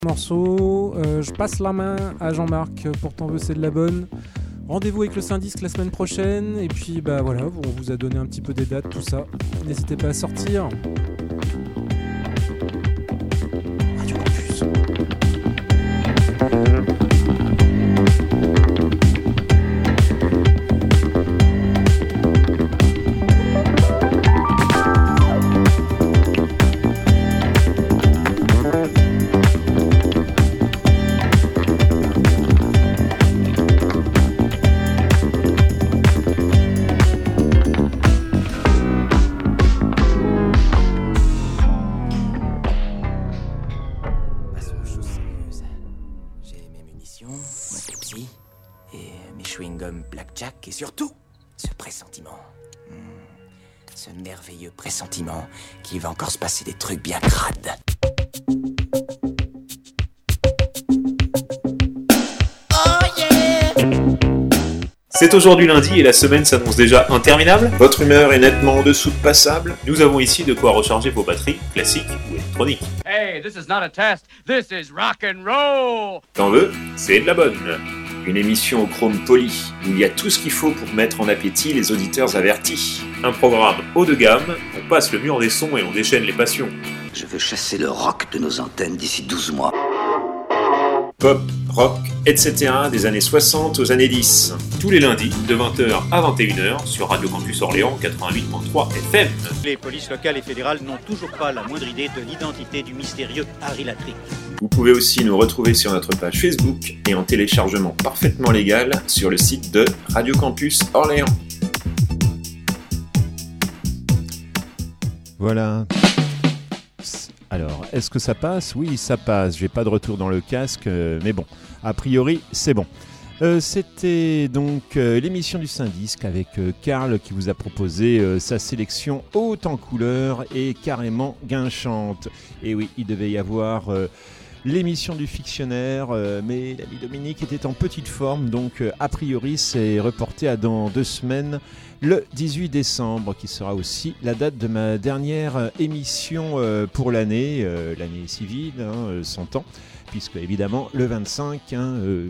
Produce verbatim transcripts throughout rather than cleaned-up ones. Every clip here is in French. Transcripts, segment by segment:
Morceau, euh, je passe la main à Jean-Marc pour T'en veux c'est de la bonne. Rendez-vous avec le Syndisk la semaine prochaine et puis bah voilà, on vous a donné un petit peu des dates, tout ça. N'hésitez pas à sortir. Radio Campus. Et surtout, ce pressentiment. Hmm, ce merveilleux pressentiment qu'il va encore se passer des trucs bien crades. Oh yeah! C'est aujourd'hui lundi et la semaine s'annonce déjà interminable. Votre humeur est nettement en dessous de passable. Nous avons ici de quoi recharger vos batteries, classiques ou électroniques. Hey, this is not a test, this is rock and roll! T'en veux? C'est de la bonne. Une émission au chrome poli, où il y a tout ce qu'il faut pour mettre en appétit les auditeurs avertis. Un programme haut de gamme, on passe le mur des sons et on déchaîne les passions. Je veux chasser le rock de nos antennes d'ici douze mois. Pop, rock, et cetera des années soixante aux années dix. Tous les lundis, de vingt heures à vingt et une heures, sur Radio Campus Orléans quatre-vingt-huit virgule trois F M. Les polices locales et fédérales n'ont toujours pas la moindre idée de l'identité du mystérieux Harry Latrick. Vous pouvez aussi nous retrouver sur notre page Facebook et en téléchargement parfaitement légal sur le site de Radio Campus Orléans. Voilà. Alors, est-ce que ça passe ? Oui, ça passe. J'ai pas de retour dans le casque, euh, mais bon, a priori, c'est bon. Euh, c'était donc euh, l'émission du Syndisk avec euh, Karl qui vous a proposé euh, sa sélection haute en couleurs et carrément guinchante. Et oui, il devait y avoir euh, l'émission du fictionnaire, euh, mais l'ami Dominique était en petite forme, donc euh, a priori c'est reporté à dans deux semaines, le dix-huit décembre, qui sera aussi la date de ma dernière euh, émission euh, pour l'année, euh, l'année civile, hein, euh, cent ans, puisque évidemment le vingt-cinq, hein, euh,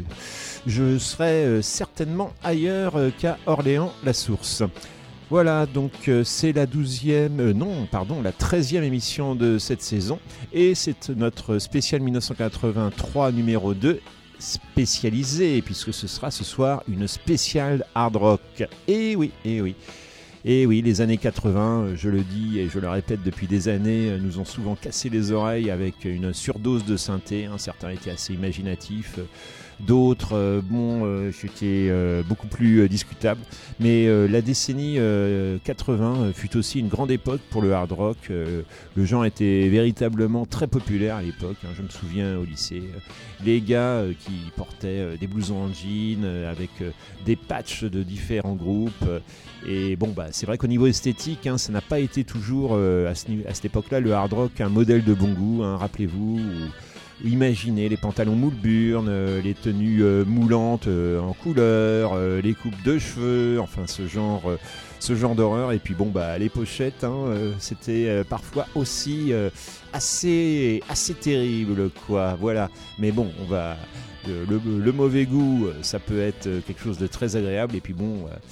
je serai euh, certainement ailleurs euh, qu'à Orléans-la-Source. Voilà, donc euh, c'est la douzième, euh, non, pardon, la treizième émission de cette saison, et c'est notre spécial dix-neuf cent quatre-vingt-trois numéro deux, spécialisé, puisque ce sera ce soir une spéciale hard rock. Et oui, et oui. Et oui, les années quatre-vingts, je le dis et je le répète depuis des années, nous ont souvent cassé les oreilles avec une surdose de synthé. Hein. Certains étaient assez imaginatifs, d'autres, euh, bon, euh, c'était euh, beaucoup plus euh, discutable. Mais euh, la décennie euh, quatre-vingts euh, fut aussi une grande époque pour le hard rock. Euh, le genre était véritablement très populaire à l'époque. Hein. Je me souviens au lycée, euh, les gars euh, qui portaient euh, des blousons en jean euh, avec euh, des patchs de différents groupes. Euh, et bon, bah, c'est vrai qu'au niveau esthétique, hein, ça n'a pas été toujours, euh, à, ce, à cette époque-là, le hard rock, un modèle de bon goût, hein, rappelez-vous. Ou, Imaginez les pantalons moule-burne, euh, les tenues euh, moulantes euh, en couleur, euh, les coupes de cheveux, enfin ce genre, euh, ce genre d'horreur. Et puis bon, bah les pochettes, hein, euh, c'était euh, parfois aussi euh, assez, assez terrible, quoi. Voilà. Mais bon, on va le, le, le mauvais goût, ça peut être quelque chose de très agréable. Et puis bon, euh,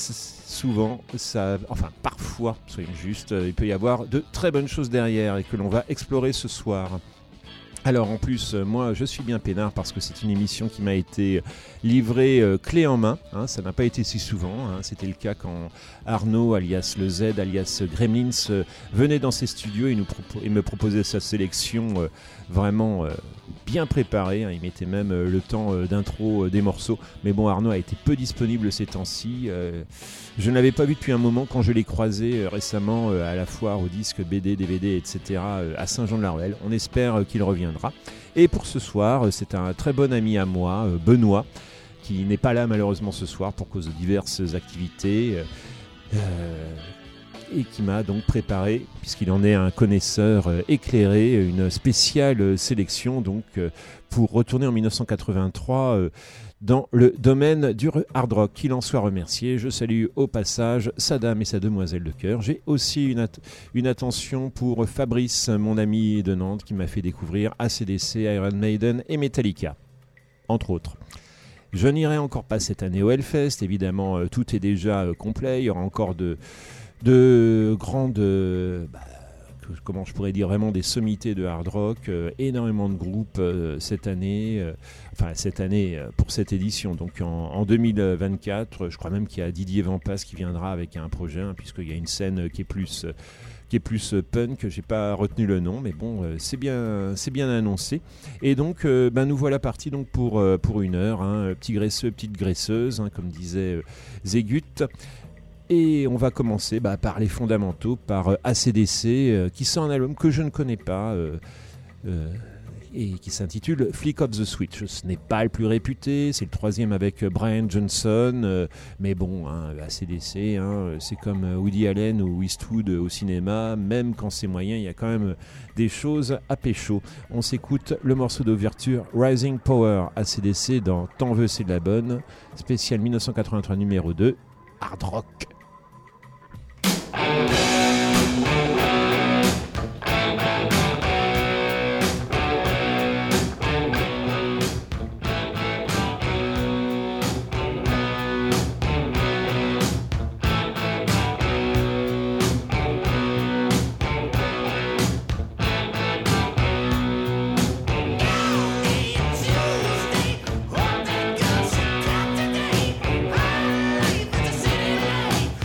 souvent, ça, enfin parfois, soyons justes, il peut y avoir de très bonnes choses derrière et que l'on va explorer ce soir. Alors en plus, moi je suis bien peinard parce que c'est une émission qui m'a été livrée euh, clé en main, hein, ça n'a pas été si souvent, hein, c'était le cas quand Arnaud alias le Z alias Gremlins euh, venait dans ses studios et, nous propo- et me proposait sa sélection euh, vraiment euh, bien préparée, hein, il mettait même euh, le temps euh, d'intro euh, des morceaux, mais bon Arnaud a été peu disponible ces temps-ci, euh, je ne l'avais pas vu depuis un moment quand je l'ai croisé euh, récemment euh, à la foire au disque B D, D V D, et cetera euh, à Saint-Jean-de-la-Ruelle, on espère euh, qu'il reviendra. Et pour ce soir, euh, c'est un très bon ami à moi, euh, Benoît, qui n'est pas là malheureusement ce soir pour cause de diverses activités. Euh, et qui m'a donc préparé, puisqu'il en est un connaisseur euh, éclairé, une spéciale euh, sélection donc euh, pour retourner en dix-neuf cent quatre-vingt-trois euh, dans le domaine du hard rock. Qu'il en soit remercié. Je salue au passage sa dame et sa demoiselle de cœur. J'ai aussi une, at- une attention pour Fabrice, mon ami de Nantes, qui m'a fait découvrir A C D C, Iron Maiden et Metallica, entre autres. Je n'irai encore pas cette année au Hellfest, évidemment, euh, tout est déjà euh, complet. Il y aura encore de, de grandes... Euh, bah, comment je pourrais dire, vraiment des sommités de hard rock, euh, énormément de groupes euh, cette année, euh, enfin cette année euh, pour cette édition, donc en, en deux mille vingt-quatre, je crois même qu'il y a Didier Vampas qui viendra avec un projet, hein, puisqu'il y a une scène qui est plus, euh, qui est plus euh, punk, j'ai pas retenu le nom, mais bon, euh, c'est bien, c'est bien annoncé, et donc euh, ben, nous voilà partis donc pour, euh, pour une heure, hein, petit graisseux, petite graisseuse, hein, comme disait euh, Zégut. Et on va commencer bah, par les fondamentaux, par euh, A C D C, euh, qui sort un album que je ne connais pas, euh, euh, et qui s'intitule Flick of the Switch. Ce n'est pas le plus réputé, c'est le troisième avec Brian Johnson, euh, mais bon, hein, A C D C, hein, c'est comme Woody Allen ou Eastwood au cinéma, même quand c'est moyen, il y a quand même des choses à pécho. On s'écoute le morceau d'ouverture Rising Power, A C D C dans T'en veux, c'est de la bonne, spécial dix-neuf cent quatre-vingt-trois numéro deux, hard rock. Tuesday, hope that girl she got today. I leave the city late.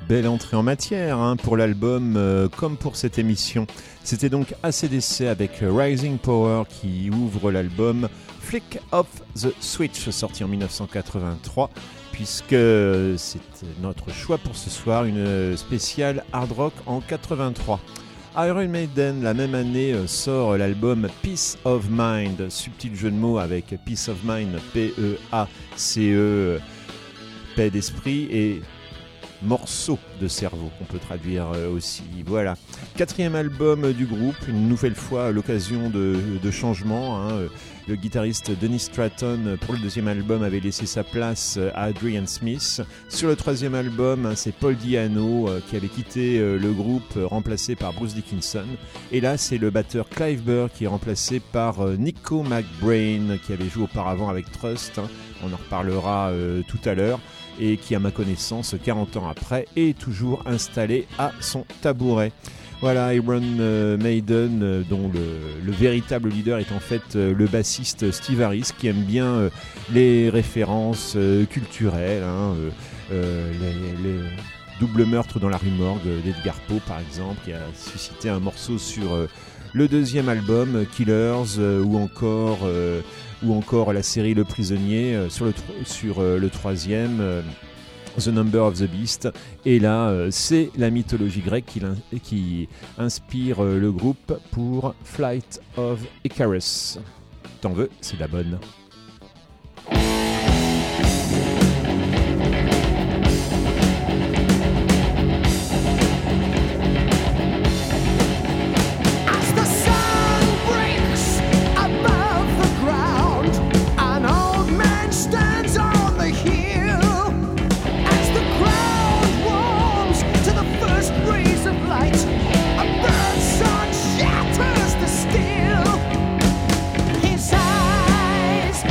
Belle entrée en matière hein, pour l'album euh, comme pour cette émission. C'était donc A C D C avec Rising Power qui ouvre l'album Flick of the Switch sorti en dix-neuf cent quatre-vingt-trois, puisque c'est notre choix pour ce soir, une spéciale hard rock en quatre-vingt-trois. Iron Maiden, la même année, sort l'album Peace of Mind, subtil jeu de mots avec Peace of Mind, P E A C E, paix d'esprit, et morceau de cerveau, qu'on peut traduire aussi. Voilà. Quatrième album du groupe, une nouvelle fois l'occasion de, de changement. Hein. Le guitariste Dennis Stratton, pour le deuxième album, avait laissé sa place à Adrian Smith. Sur le troisième album, c'est Paul Di'Anno qui avait quitté le groupe, remplacé par Bruce Dickinson. Et là, c'est le batteur Clive Burr qui est remplacé par Nico McBrain, qui avait joué auparavant avec Trust. Hein. On en reparlera euh, tout à l'heure. Et qui, à ma connaissance, quarante ans après, est toujours installé à son tabouret. Voilà, Iron Maiden, euh, dont le, le véritable leader est en fait euh, le bassiste Steve Harris, qui aime bien euh, les références euh, culturelles, hein, euh, euh, les, les doubles meurtres dans la rue Morgue d'Edgar Poe, par exemple, qui a suscité un morceau sur euh, le deuxième album, Killers, euh, ou encore... Euh, ou encore la série Le Prisonnier, euh, sur, le tro- sur euh, le troisième, euh, The Number of the Beast. Et là, euh, c'est la mythologie grecque qui, qui inspire euh, le groupe pour Flight of Icarus. T'en veux, c'est la bonne. Shatters the steel. His eyes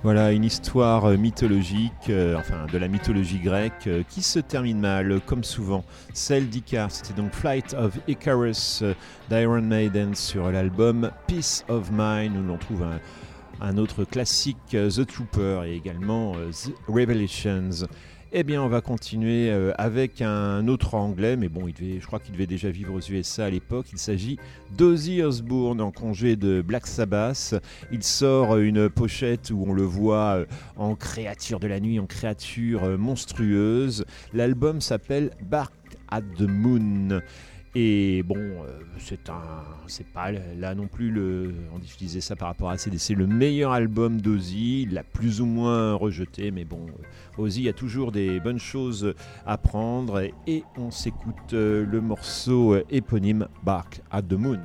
Voilà, une histoire mythologique, euh, enfin de la mythologie grecque, euh, qui se termine mal, comme souvent. Celle d'Icar, c'était donc Flight of Icarus euh, d'Iron Maiden sur l'album Peace of Mind, où l'on trouve un, un autre classique, euh, The Trooper, et également euh, The Revelations. Eh bien, on va continuer euh, avec un autre anglais, mais bon, il devait, je crois qu'il devait déjà vivre aux U S A à l'époque. Il s'agit d'Ozzy Osbourne en congé de Black Sabbath. Il sort une pochette où on le voit euh, en créature de la nuit, en créature euh, monstrueuse. L'album s'appelle Bark at the Moon. Et bon, euh, c'est un, c'est pas là non plus le, on disait ça par rapport à A C D C, le meilleur album d'Ozzy. Il l'a plus ou moins rejeté, mais bon, Ozzy a toujours des bonnes choses à prendre. Et, et on s'écoute euh, le morceau euh, éponyme Bark at the Moon.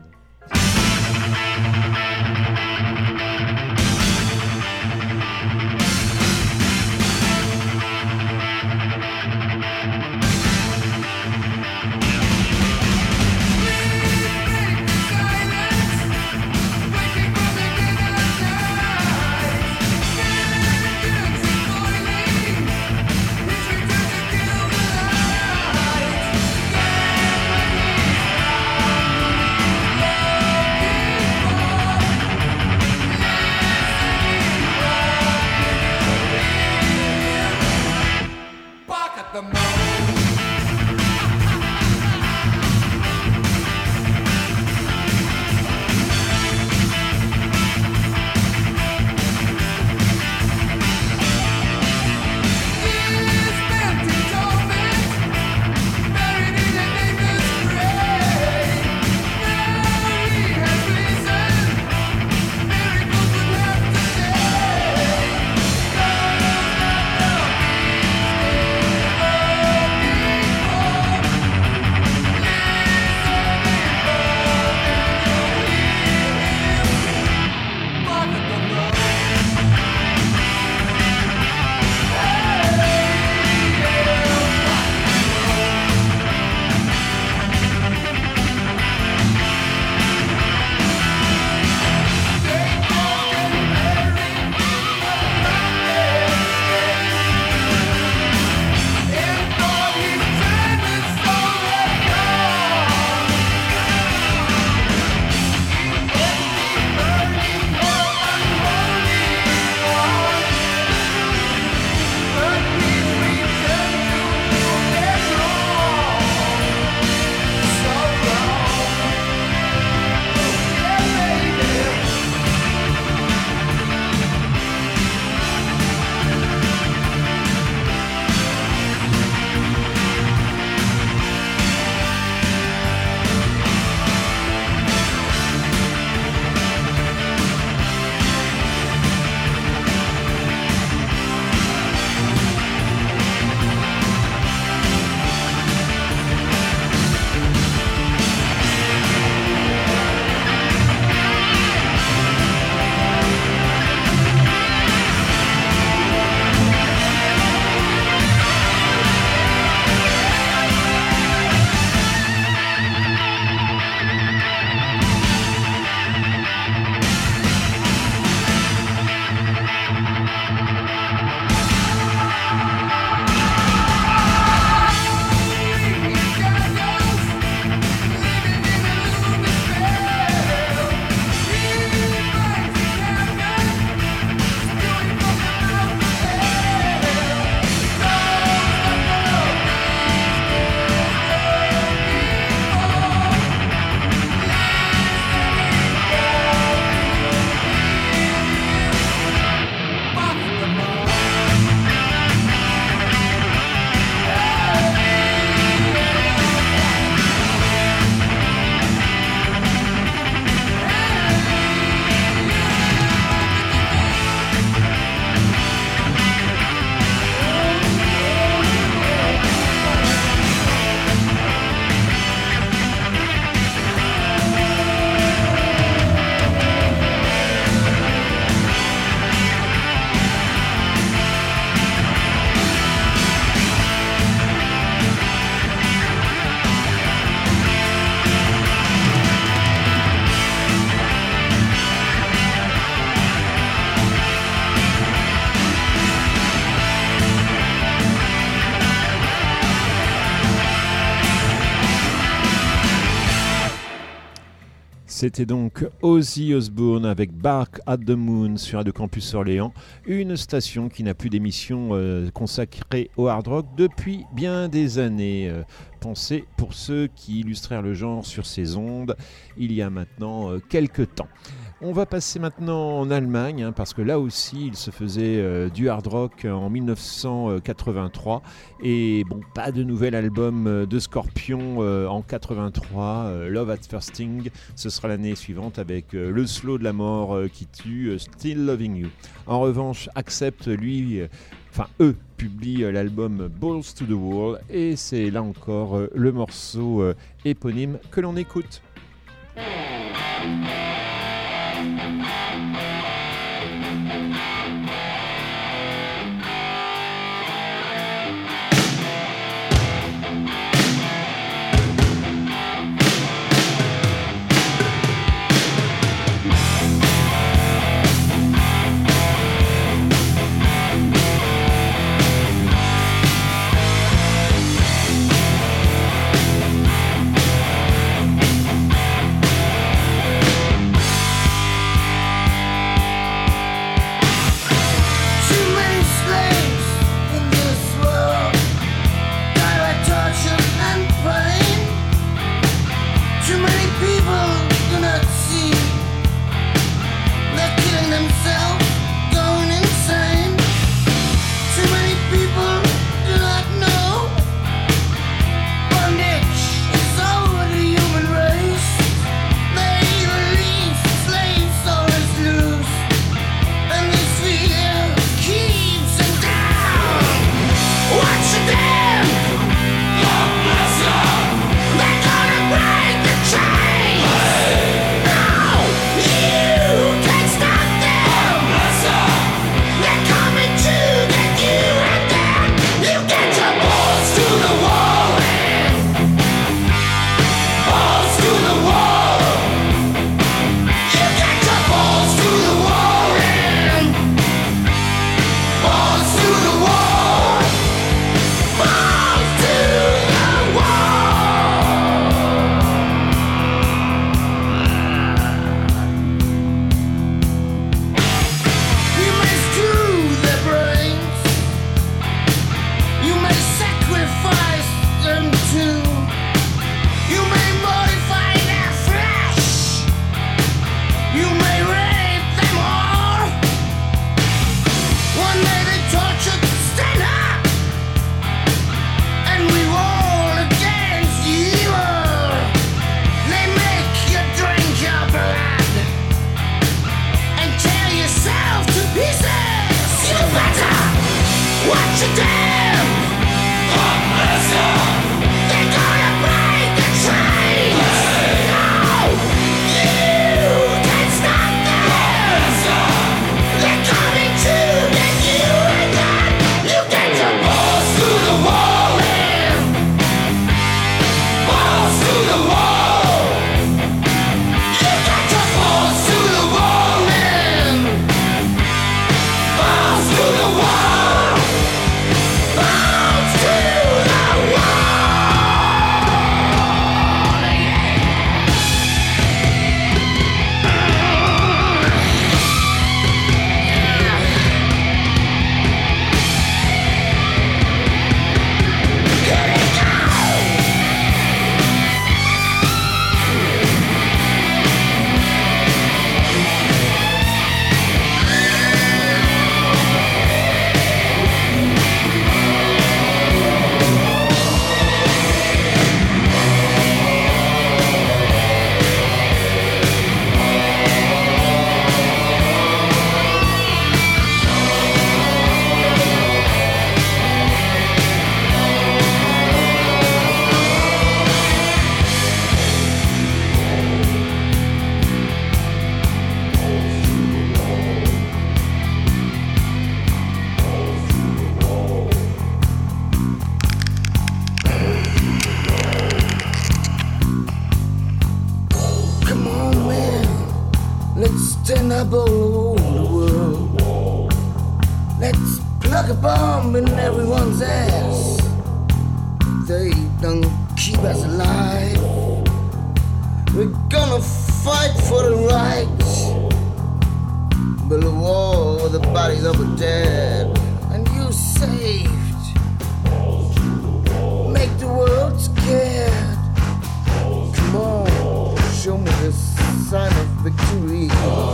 C'était donc Ozzy Osbourne avec Bark at the Moon sur Radio Campus Orléans, une station qui n'a plus d'émission euh, consacrée au hard rock depuis bien des années. Euh, pensez pour ceux qui illustrèrent le genre sur ces ondes il y a maintenant euh, quelques temps. On va passer maintenant en Allemagne, hein, parce que là aussi, il se faisait euh, du hard rock en dix-neuf cent quatre-vingt-trois. Et bon, pas de nouvel album euh, de Scorpion euh, en quatre-vingt-trois. Euh, Love at First Sting, ce sera l'année suivante avec euh, le slow de la mort euh, qui tue euh, Still Loving You. En revanche, Accept, lui, euh, enfin eux, publient euh, l'album Balls to the Wall. Et c'est là encore euh, le morceau euh, éponyme que l'on écoute. untenable the world. Let's plug a bomb in everyone's ass. They don't keep us alive. We're gonna fight for the right. Build a wall with the bodies of the dead. And you saved. Make the world scared. Come on, show me the sign of victory.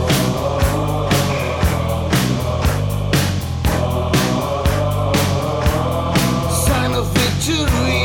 Sign of victory.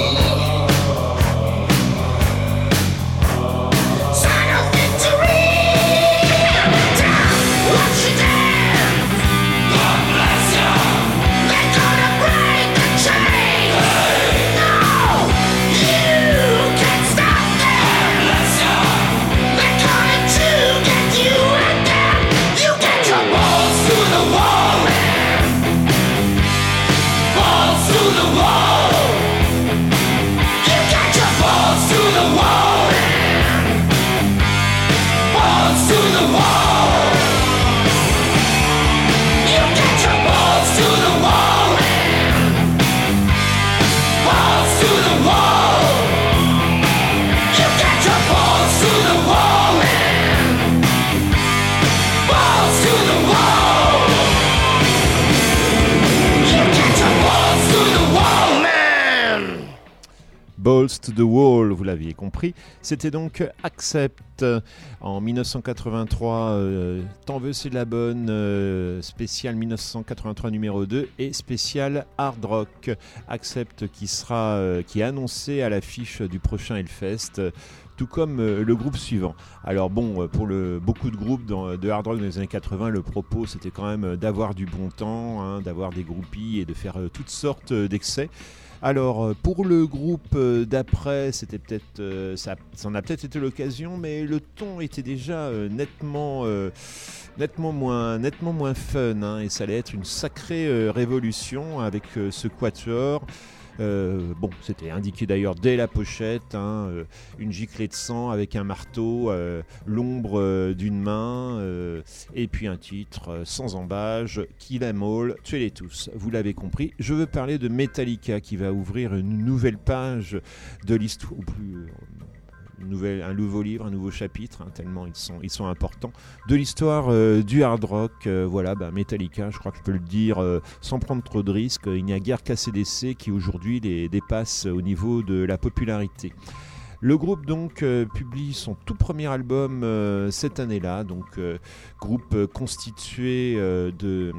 Balls to the Wall, vous l'aviez compris, c'était donc Accept en dix-neuf cent quatre-vingt-trois, euh, T'en veux c'est de la bonne, euh, spécial dix-neuf cent quatre-vingt-trois numéro deux et spécial Hard Rock. Accept qui sera euh, qui est annoncé à l'affiche du prochain Hellfest, euh, tout comme euh, le groupe suivant. Alors bon, pour le, beaucoup de groupes dans, de hard rock dans les années quatre-vingts, le propos c'était quand même d'avoir du bon temps, hein, d'avoir des groupies et de faire euh, toutes sortes d'excès. Alors, pour le groupe d'après, c'était peut-être, euh, ça, ça en a peut-être été l'occasion, mais le ton était déjà euh, nettement, euh, nettement moins, nettement moins fun, hein, et ça allait être une sacrée euh, révolution avec euh, ce quatuor. Euh, bon, c'était indiqué d'ailleurs dès la pochette, hein, euh, une giclée de sang avec un marteau, euh, l'ombre euh, d'une main, euh, et puis un titre euh, sans embâge, Kill 'em all, tuez-les tous. Vous l'avez compris, je veux parler de Metallica qui va ouvrir une nouvelle page de l'histoire, ou plus... Euh, Une nouvelle, un nouveau livre, un nouveau chapitre, hein, tellement ils sont, ils sont importants, de l'histoire euh, du hard rock. Euh, voilà, bah, Metallica, je crois que je peux le dire euh, sans prendre trop de risques, il n'y a guère qu'A C D C qui aujourd'hui les dépasse au niveau de la popularité. Le groupe donc euh, publie son tout premier album euh, cette année-là, donc euh, groupe euh, constitué euh, de...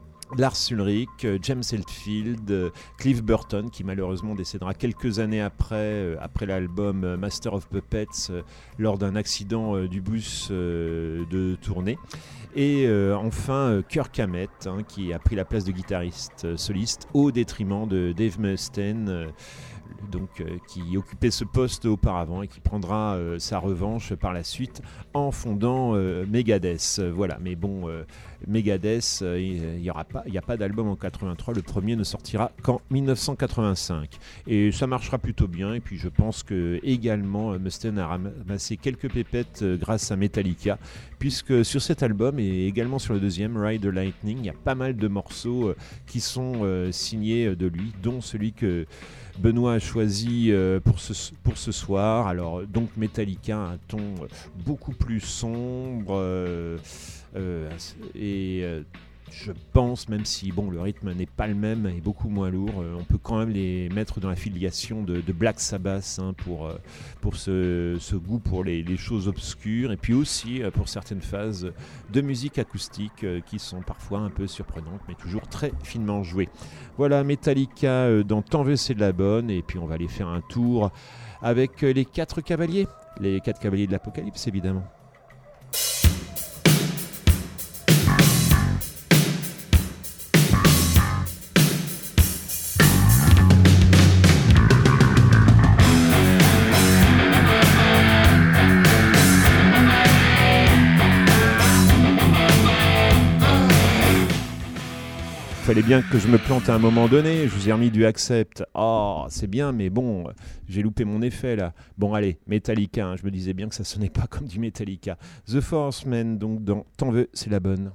Lars Ulrich, James Hetfield, Cliff Burton qui malheureusement décédera quelques années après, euh, après l'album Master of Puppets euh, lors d'un accident euh, du bus euh, de tournée. Et euh, enfin euh, Kirk Hammett hein, qui a pris la place de guitariste euh, soliste au détriment de Dave Mustaine, euh, donc, euh, qui occupait ce poste auparavant et qui prendra euh, sa revanche par la suite en fondant euh, Megadeth. Euh, voilà, mais bon, euh, Megadeth, euh, il n'y aura pas, il n'y a pas d'album en quatre-vingt-trois, le premier ne sortira qu'en dix-neuf cent quatre-vingt-cinq. Et ça marchera plutôt bien, et puis je pense que également euh, Mustaine a ramassé quelques pépettes euh, grâce à Metallica, puisque sur cet album et également sur le deuxième, Ride the Lightning, il y a pas mal de morceaux euh, qui sont euh, signés de lui, dont celui que Benoît a choisi euh, pour, ce, pour ce soir. Alors donc Metallica, un ton euh, beaucoup plus sombre euh, euh, et euh, je pense, même si bon, le rythme n'est pas le même et beaucoup moins lourd, euh, on peut quand même les mettre dans la filiation de, de Black Sabbath hein, pour, euh, pour ce, ce goût pour les, les choses obscures, et puis aussi euh, pour certaines phases de musique acoustique euh, qui sont parfois un peu surprenantes mais toujours très finement jouées. Voilà Metallica euh, dans T'en veux c'est de la bonne, et puis on va aller faire un tour avec euh, les quatre cavaliers, les quatre cavaliers de l'Apocalypse évidemment. Il fallait bien que je me plante à un moment donné, je vous ai remis du Accept. Oh, c'est bien, mais bon, j'ai loupé mon effet là. Bon, allez, Metallica, hein, je me disais bien que ça sonnait pas comme du Metallica. The Four Horsemen, donc dans T'en veux, c'est la bonne.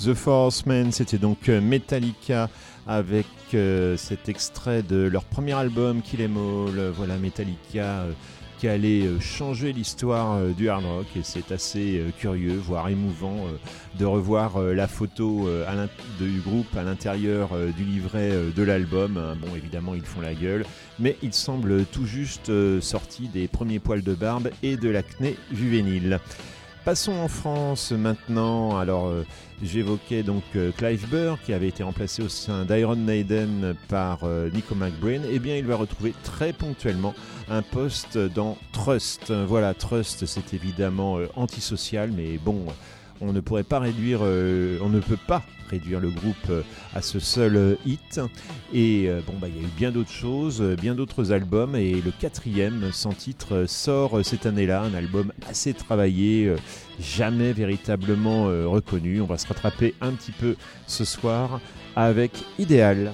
The Forcemen, c'était donc Metallica avec euh, cet extrait de leur premier album Kill 'Em All. Voilà, Metallica euh, qui allait euh, changer l'histoire euh, du hard rock, et c'est assez euh, curieux, voire émouvant euh, de revoir euh, la photo euh, à du groupe à l'intérieur euh, du livret euh, de l'album. Bon, évidemment, ils font la gueule, mais ils semblent tout juste euh, sortis des premiers poils de barbe et de l'acné juvénile. Passons en France maintenant. Alors, euh, j'évoquais donc euh, Clive Burr qui avait été remplacé au sein d'Iron Maiden par euh, Nico McBrain. Eh bien, il va retrouver très ponctuellement un poste dans Trust. Voilà, Trust, c'est évidemment euh, antisocial, mais bon, on ne pourrait pas réduire, euh, on ne peut pas réduire le groupe euh, à ce seul euh, hit. Et euh, bon, bah, il y a eu bien d'autres choses, euh, bien d'autres albums, et le quatrième, sans titre, euh, sort euh, cette année-là, un album assez travaillé, euh, jamais véritablement euh, reconnu. On va se rattraper un petit peu ce soir avec Idéal.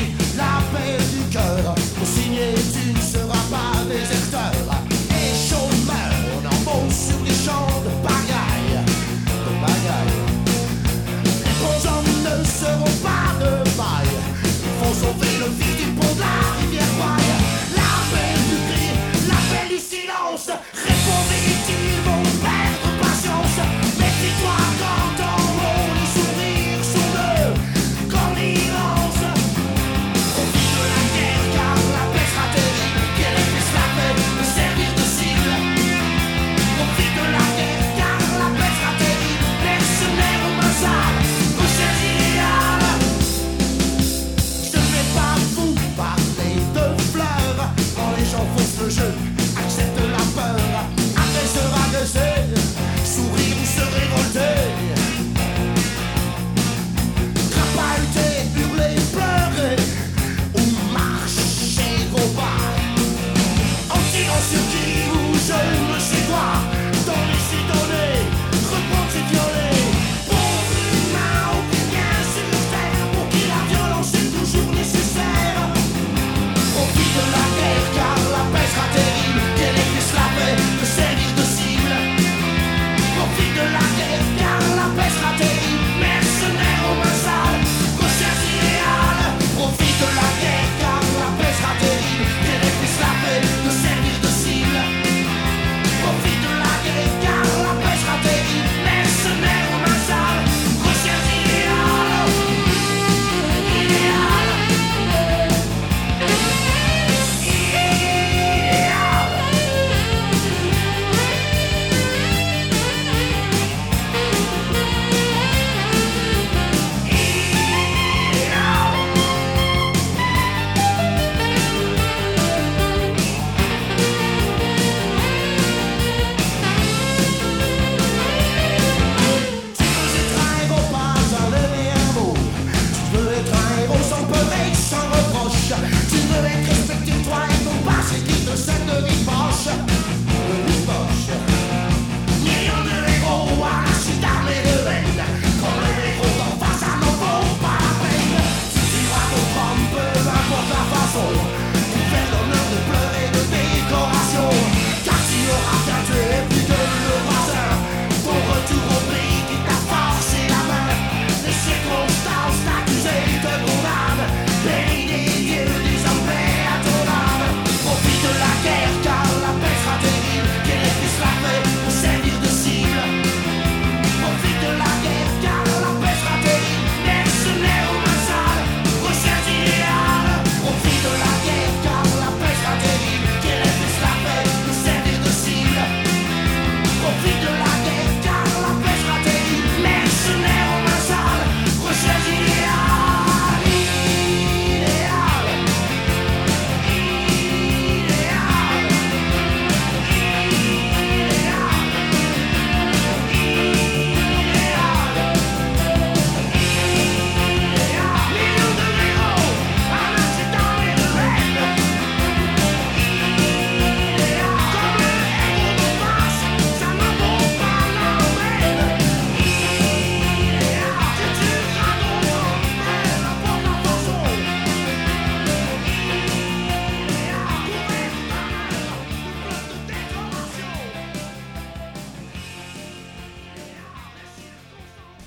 Pour signer, tu ne seras pas déserteur. Et chaud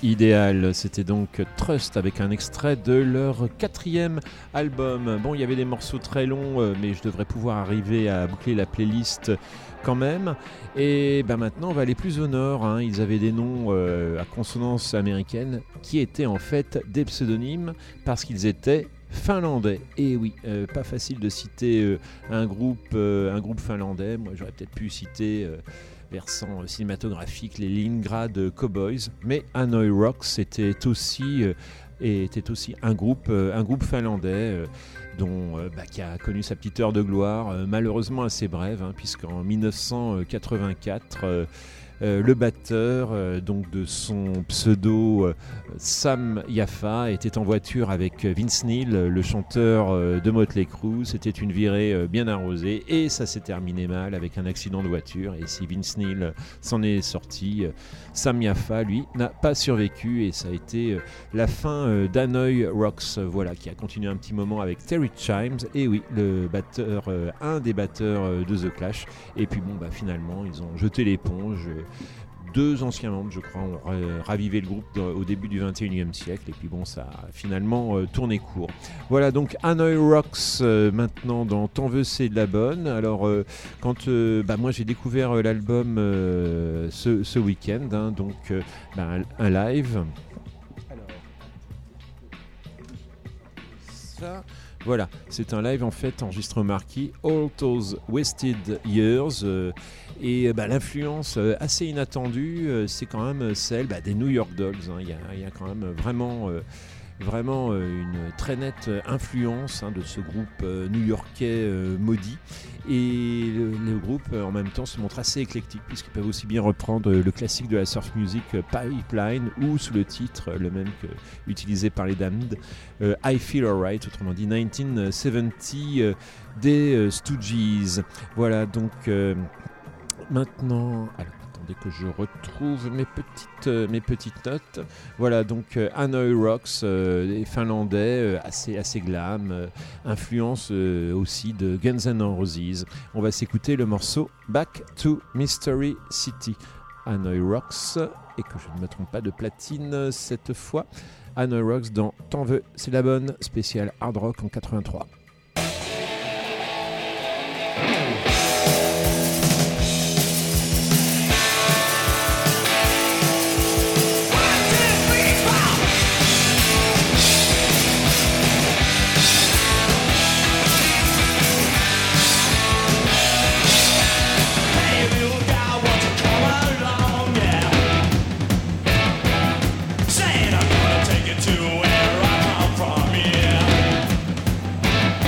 idéal. C'était donc Trust avec un extrait de leur quatrième album. Bon, il y avait des morceaux très longs, euh, mais je devrais pouvoir arriver à boucler la playlist quand même. Et ben maintenant, on va aller plus au nord. Hein. Ils avaient des noms euh, à consonance américaine qui étaient en fait des pseudonymes parce qu'ils étaient finlandais. Et oui, euh, pas facile de citer euh, un, groupe, euh, un groupe finlandais. Moi, j'aurais peut-être pu citer... Euh, versant cinématographique, les Leningrad Cowboys, mais Hanoi Rocks était aussi, euh, était aussi un groupe, euh, un groupe finlandais euh, dont, euh, bah, qui a connu sa petite heure de gloire, euh, malheureusement assez brève, hein, puisqu'en dix-neuf cent quatre-vingt-quatre, euh, euh, le batteur euh, donc de son pseudo euh, Sam Yaffa était en voiture avec Vince Neil, le chanteur euh, de Motley Crue. C'était une virée euh, bien arrosée et ça s'est terminé mal avec un accident de voiture. Et si Vince Neil s'en est sorti, euh, Sam Yaffa, lui, n'a pas survécu et ça a été euh, la fin euh, d'Hanoi Rocks, euh, voilà, qui a continué un petit moment avec Terry Chimes. Et oui, le batteur, euh, un des batteurs euh, de The Clash. Et puis bon, bah finalement, ils ont jeté l'éponge. Euh, Deux anciens membres, je crois, ont ravivé le groupe au début du vingt et unième siècle. Et puis bon, ça a finalement euh, tourné court. Voilà, donc Hanoi Rocks, euh, maintenant dans T'en veux, c'est de la bonne. Alors, euh, quand euh, bah, moi j'ai découvert euh, l'album euh, ce, ce week-end, hein, donc euh, bah, un, un live. Alors, ça... Voilà, c'est un live en fait enregistré au Marquis, All Those Wasted Years, euh, et bah, l'influence euh, assez inattendue, euh, c'est quand même celle bah, des New York Dolls. Il hein, y, y a quand même vraiment, euh, vraiment euh, une très nette influence hein, de ce groupe euh, new-yorkais euh, maudit. Et le, le groupe euh, en même temps se montre assez éclectique puisqu'ils peuvent aussi bien reprendre euh, le classique de la surf music euh, Pipeline ou sous le titre euh, le même que utilisé par les Damned, euh, I Feel Alright, autrement dit dix-neuf cent soixante euh, des euh, Stooges. Voilà donc euh, maintenant... Alors, dès que je retrouve mes petites, euh, mes petites notes. Voilà, donc euh, Hanoi Rocks, euh, les Finlandais, euh, assez, assez glam, euh, influence euh, aussi de Guns N' Roses. On va s'écouter le morceau Back to Mystery City. Hanoi Rocks, et que je ne me trompe pas de platine cette fois. Hanoi Rocks dans T'en veux, c'est la bonne, spéciale hard rock en quatre-vingt-trois. To where I come from, yeah.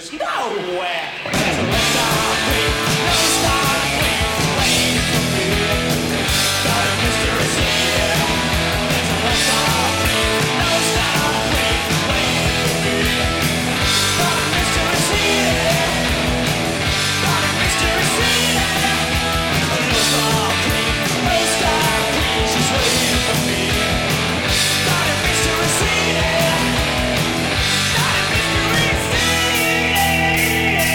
answers nowhere. There's a lost star queen, no star queen, waiting for me. Got a mystery here. There's a lost star queen, no star queen, waiting for me. Got a mystery here. Got a mystery here. A lost star queen, no star queen, she's waiting for me. Got a mystery here. Got a mystery here.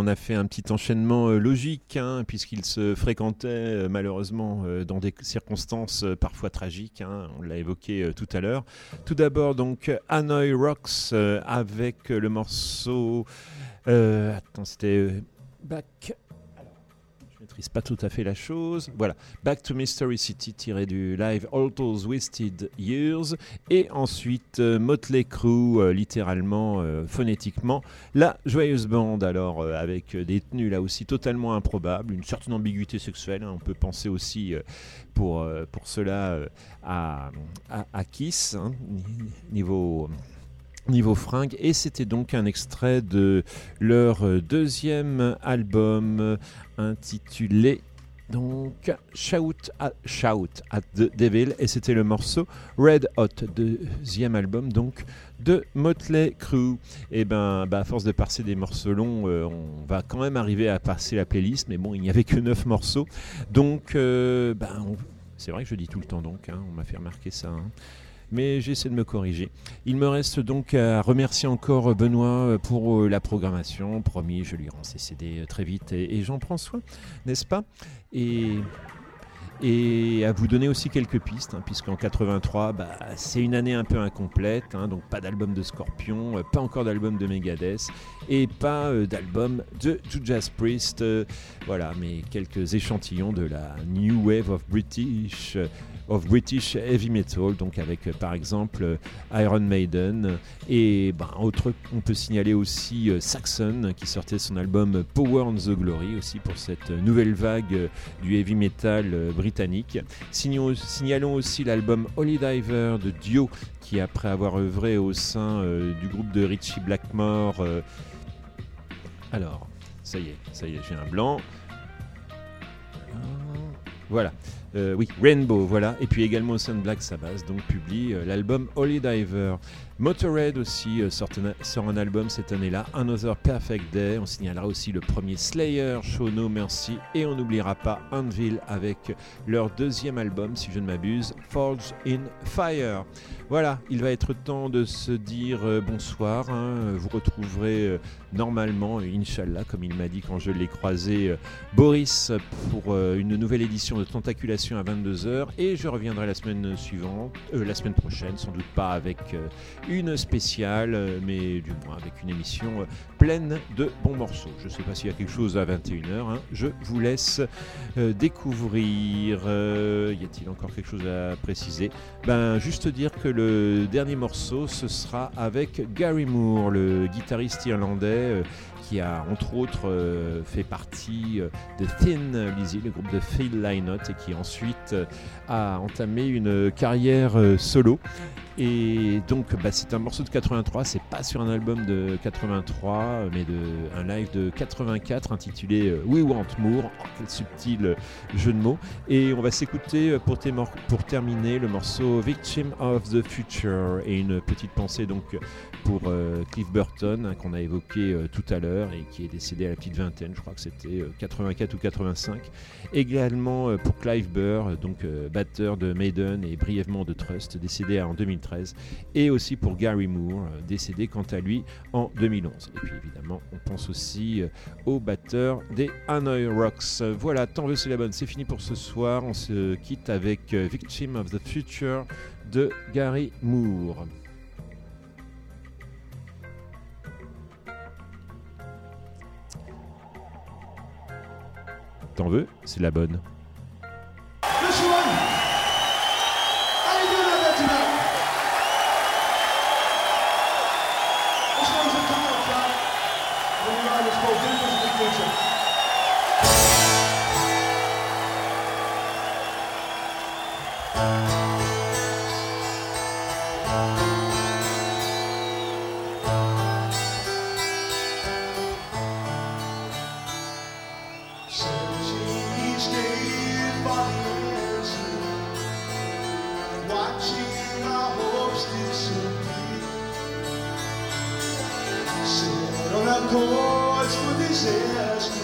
on a fait un petit enchaînement euh, logique, hein, puisqu'ils se fréquentaient euh, malheureusement euh, dans des circonstances euh, parfois tragiques, hein, on l'a évoqué euh, tout à l'heure. Tout d'abord donc Hanoi Rocks euh, avec le morceau... Euh, attends, c'était euh, Back... Je maîtrise pas tout à fait la chose. Voilà, Back to Mystery City tiré du live All Those Wasted Years, et ensuite euh, Motley Crue, euh, littéralement, euh, phonétiquement, la joyeuse bande. Alors euh, avec des tenues là aussi totalement improbables, une certaine ambiguïté sexuelle. Hein, on peut penser aussi euh, pour euh, pour cela euh, à, à à Kiss, hein, niveau Niveau fringue, et c'était donc un extrait de leur deuxième album intitulé donc Shout at, Shout at the Devil, et c'était le morceau Red Hot, deuxième album donc de Motley Crue. Et ben, bah, à force de passer des morceaux longs, euh, on va quand même arriver à passer la playlist, mais bon, il n'y avait que neuf morceaux, donc euh, ben, on... c'est vrai que je dis tout le temps donc, hein, on m'a fait remarquer ça. Hein. Mais j'essaie de me corriger. Il me reste donc à remercier encore Benoît pour la programmation. Promis, je lui rends ses C D très vite et, et j'en prends soin, n'est-ce pas ? Et, et à vous donner aussi quelques pistes, hein, puisqu'en quatre-vingt-trois, bah, c'est une année un peu incomplète, hein, donc pas d'album de Scorpion, pas encore d'album de Megadeth et pas euh, d'album de Judas Priest. Euh, voilà, mais quelques échantillons de la New Wave of British... Euh, of British Heavy Metal, donc avec euh, par exemple euh, Iron Maiden, et ben, autre, on peut signaler aussi euh, Saxon qui sortait son album Power and the Glory aussi pour cette euh, nouvelle vague euh, du heavy metal euh, britannique. Signons, signalons aussi l'album Holy Diver de Dio qui, après avoir œuvré au sein euh, du groupe de Ritchie Blackmore, euh, alors ça y est, ça y est, j'ai un blanc. Voilà, euh, oui, Rainbow, voilà, et puis également au sein de Black Sabbath, donc publie euh, l'album Holy Diver. Motorhead aussi euh, sort, un, sort un album cette année-là, Another Perfect Day. On signalera aussi le premier Slayer, Show No Mercy, et on n'oubliera pas Anvil avec leur deuxième album, si je ne m'abuse, Forged in Fire. Voilà, il va être temps de se dire euh, bonsoir, hein. Vous retrouverez euh, normalement, Inch'Allah, comme il m'a dit quand je l'ai croisé, euh, Boris pour euh, une nouvelle édition de Tentaculation à vingt-deux heures, et je reviendrai la semaine suivante, euh, la semaine prochaine, sans doute pas avec euh, une spéciale, euh, mais du moins avec une émission euh, pleine de bons morceaux. Je ne sais pas s'il y a quelque chose à vingt et une heures, hein. Je vous laisse euh, découvrir. Euh, y a-t-il encore quelque chose à préciser ? Ben, juste dire que le dernier morceau, ce sera avec Gary Moore, le guitariste irlandais euh, qui a entre autres euh, fait partie euh, de Thin Lizzy, le groupe de Phil Lynott, et qui ensuite euh, a entamé une carrière euh, solo. Et donc bah, c'est un morceau de quatre-vingt-trois, c'est pas sur un album de quatre-vingt-trois, mais de, un live de quatre-vingt-quatre intitulé euh, We Want More. Oh, quel subtil euh, jeu de mots. Et on va s'écouter pour, témor- pour terminer le morceau Victim of the Future, et une petite pensée donc pour euh, Cliff Burton, hein, qu'on a évoqué euh, tout à l'heure et qui est décédé à la petite vingtaine, je crois que c'était euh, quatre-vingt-quatre ou quatre-vingt-cinq. Également euh, pour Clive Burr, donc euh, batteur de Maiden et brièvement de Trust, décédé en deux mille treize, et aussi pour Gary Moore, euh, décédé quant à lui en deux mille onze. Et puis évidemment, on pense aussi euh, au batteur des Hanoi Rocks. Voilà, tant veut c'est la bonne, c'est fini pour ce soir. On se quitte avec euh, Victim of the Future de Gary Moore. T'en veux, c'est la bonne. Cause for disaster